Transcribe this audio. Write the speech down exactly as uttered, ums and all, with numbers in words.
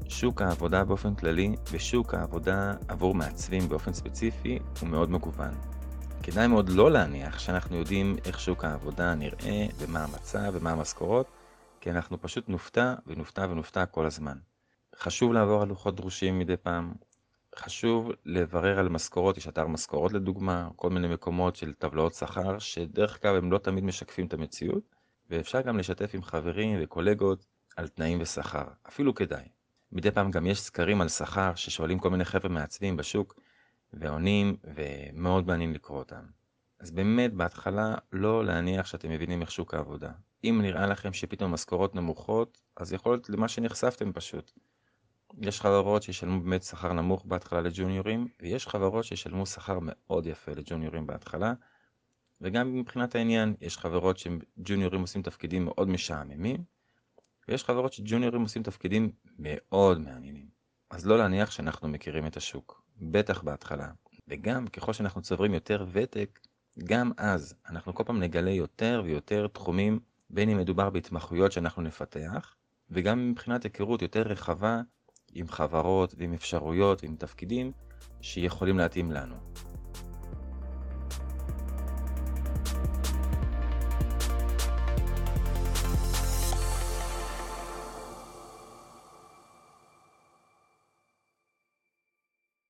שוק העבודה באופן כללי ושוק העבודה עבור מעצבים באופן ספציפי הוא מאוד מגוון. כדאי מאוד לא להניח שאנחנו יודעים איך שוק העבודה נראה ומה המצב ומה המשכורות, כי אנחנו פשוט נופתע ונופתע ונופתע כל הזמן. חשוב לעבור על לוחות דרושים מדי פעם, חשוב לברר על משכורות, יש אתר משכורות לדוגמה, כל מיני מקומות של טבלאות שכר שדרך כלל הם לא תמיד משקפים את המציאות, ואפשר גם לשתף עם חברים וקולגות על תנאים ושכר, אפילו כדאי. מדי פעם גם יש סקרים על שכר ששואלים כל מיני חבר'ה מעצבים בשוק ועונים, ומאוד מעניין לקרוא אותם. אז באמת בהתחלה לא להניח שאתם מבינים איך שוק העבודה. אם נראה לכם שפתאום משכורות נמוכות, אז יכול להיות למה שנחשפתם פשוט. יש חברות שישלמו באמת שכר נמוך בהתחלה לג'וניורים, ויש חברות שישלמו שכר מאוד יפה לג'וניורים בהתחלה, וגם מבחינת העניין, יש חברות שג'וניורים עושים תפקידים מאוד משעממים, ויש חברות שג'וניורים עושים תפקידים מאוד מעניינים. אז לא להניח שאנחנו מכירים את השוק, בטח בהתחלה. וגם ככל שאנחנו צוברים יותר ותק, גם אז אנחנו כל פעם נגלה יותר ויותר תחומים, בין אם מדובר בהתמחויות שאנחנו נפתח, וגם מבחינת היכרות יותר רחבה עם חברות ועם אפשרויות ועם תפקידים שיכולים להתאים לנו.